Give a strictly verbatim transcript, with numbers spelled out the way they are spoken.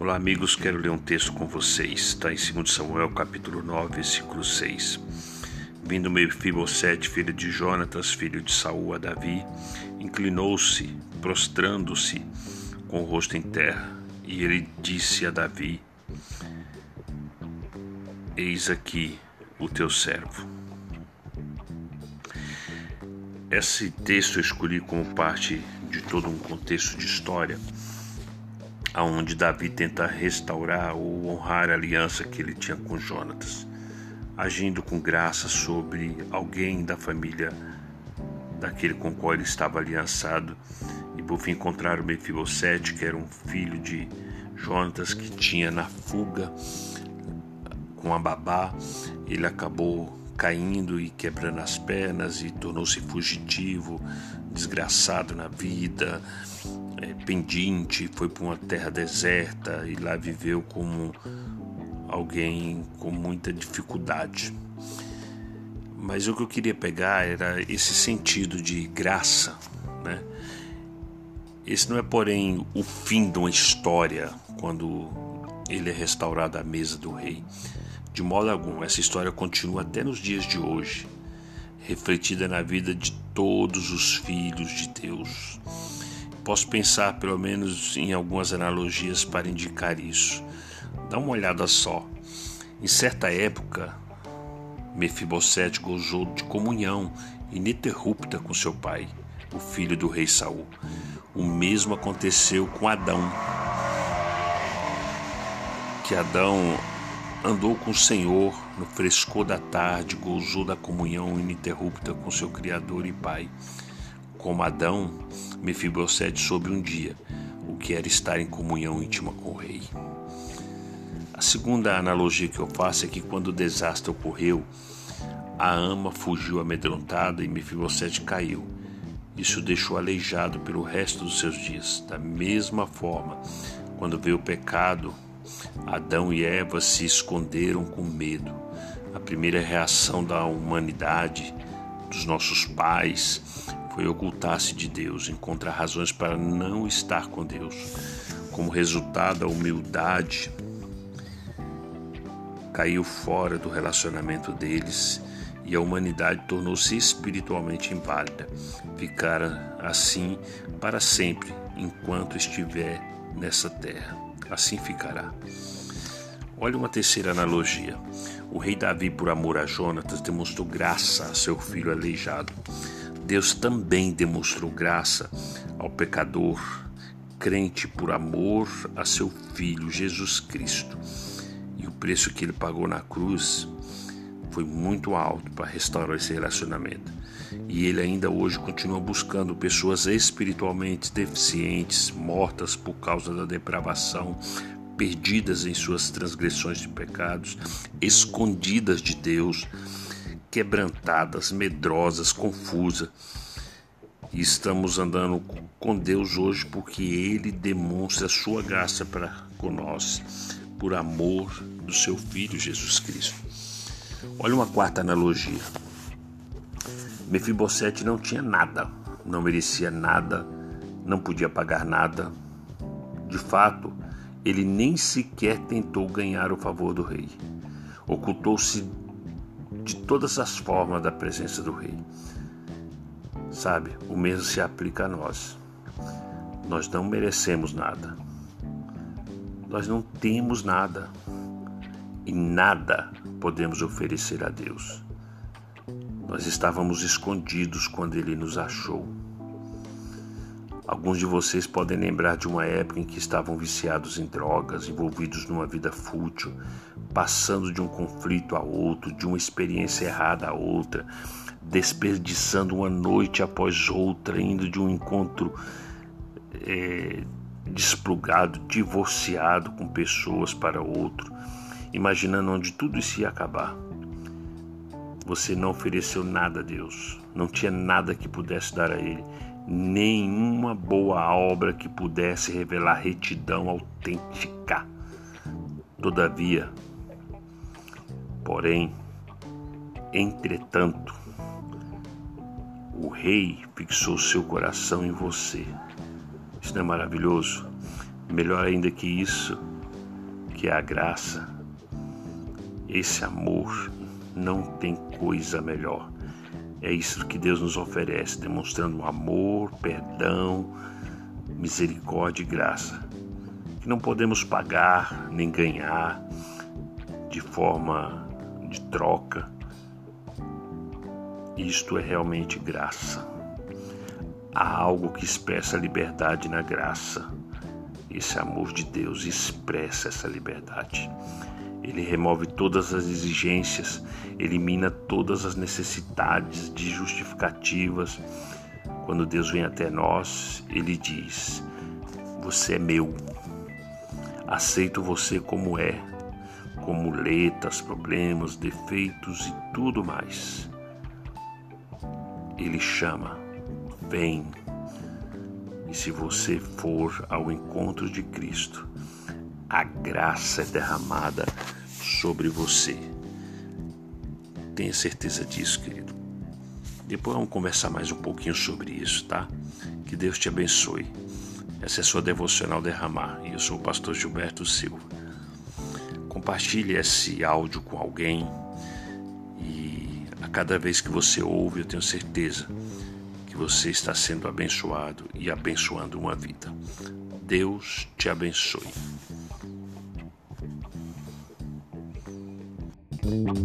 Olá amigos, quero ler um texto com vocês. Está em segundo Samuel capítulo nove, versículo seis. Vindo Mefibosete, filho de Jonatas, filho de Saul, a Davi, inclinou-se, prostrando-se com o rosto em terra, e ele disse a Davi: Eis aqui o teu servo. Esse texto eu escolhi como parte de todo um contexto de história, onde Davi tenta restaurar ou honrar a aliança que ele tinha com Jonatas, agindo com graça sobre alguém da família daquele com o qual ele estava aliançado. E por fim encontraram Mefibosete, que era um filho de Jonatas, que tinha na fuga com a babá. Ele acabou caindo e quebrando as pernas e tornou-se fugitivo, desgraçado na vida, é, pendente, foi para uma terra deserta e lá viveu como alguém com muita dificuldade. Mas o que eu queria pegar era esse sentido de graça, né? Esse não é, porém, o fim de uma história quando ele é restaurado à mesa do rei. De modo algum, essa história continua até nos dias de hoje, refletida na vida de todos os filhos de Deus. Posso pensar pelo menos em algumas analogias para indicar isso. Dá uma olhada só. Em certa época, Mefibosete gozou de comunhão ininterrupta com seu pai, o filho do rei Saul. O mesmo aconteceu com Adão, que Adão andou com o Senhor no frescor da tarde, gozou da comunhão ininterrupta com seu Criador e Pai. Como Adão, Mefibosete soube um dia o que era estar em comunhão íntima com o rei. A segunda analogia que eu faço é que quando o desastre ocorreu, a ama fugiu amedrontada e Mefibosete caiu. Isso o deixou aleijado pelo resto dos seus dias. Da mesma forma, quando veio o pecado, Adão e Eva se esconderam com medo. A primeira reação da humanidade, dos nossos pais, foi ocultar-se de Deus, encontrar razões para não estar com Deus. Como resultado, a humildade caiu fora do relacionamento deles e a humanidade tornou-se espiritualmente inválida. Ficara assim para sempre, enquanto estiver nessa terra. Assim ficará. Olha uma terceira analogia. O rei Davi, por amor a Jonatas, demonstrou graça a seu filho aleijado. Deus também demonstrou graça ao pecador crente por amor a seu filho Jesus Cristo. E o preço que ele pagou na cruz foi muito alto para restaurar esse relacionamento. E ele ainda hoje continua buscando pessoas espiritualmente deficientes, mortas por causa da depravação, perdidas em suas transgressões de pecados, escondidas de Deus, quebrantadas, medrosas, confusas. E estamos andando com Deus hoje porque Ele demonstra a sua graça para com nós, por amor do seu Filho Jesus Cristo. Olha uma quarta analogia. Mefibosete não tinha nada, não merecia nada, não podia pagar nada. De fato, ele nem sequer tentou ganhar o favor do rei. Ocultou-se de todas as formas da presença do rei. Sabe, o mesmo se aplica a nós. Nós não merecemos nada. Nós não temos nada. E nada podemos oferecer a Deus. Nós estávamos escondidos quando Ele nos achou. Alguns de vocês podem lembrar de uma época em que estavam viciados em drogas, envolvidos numa vida fútil, passando de um conflito a outro, de uma experiência errada a outra, desperdiçando uma noite após outra, indo de um encontro é, desplugado, divorciado com pessoas para outro, imaginando onde tudo isso ia acabar. Você não ofereceu nada a Deus, não tinha nada que pudesse dar a Ele, nenhuma boa obra que pudesse revelar retidão autêntica. Todavia, porém, entretanto, o rei fixou seu coração em você. Isso não é maravilhoso? Melhor ainda que isso, que é a graça, esse amor, não tem coisa melhor. É isso que Deus nos oferece, demonstrando amor, perdão, misericórdia e graça, que não podemos pagar nem ganhar de forma de troca. Isto é realmente graça. Há algo que expressa a liberdade na graça. Esse amor de Deus expressa essa liberdade. Ele remove todas as exigências, elimina todas as necessidades de justificativas. Quando Deus vem até nós, Ele diz: você é meu, aceito você como é, com muletas, problemas, defeitos e tudo mais. Ele chama, vem. E se você for ao encontro de Cristo, a graça é derramada sobre você. Tenha certeza disso, querido. Depois vamos conversar mais um pouquinho sobre isso, tá? Que Deus te abençoe. Essa é a sua devocional Derramar e eu sou o pastor Gilberto Silva. Compartilhe esse áudio com alguém e a cada vez que você ouve, eu tenho certeza que você está sendo abençoado e abençoando uma vida. Deus te abençoe.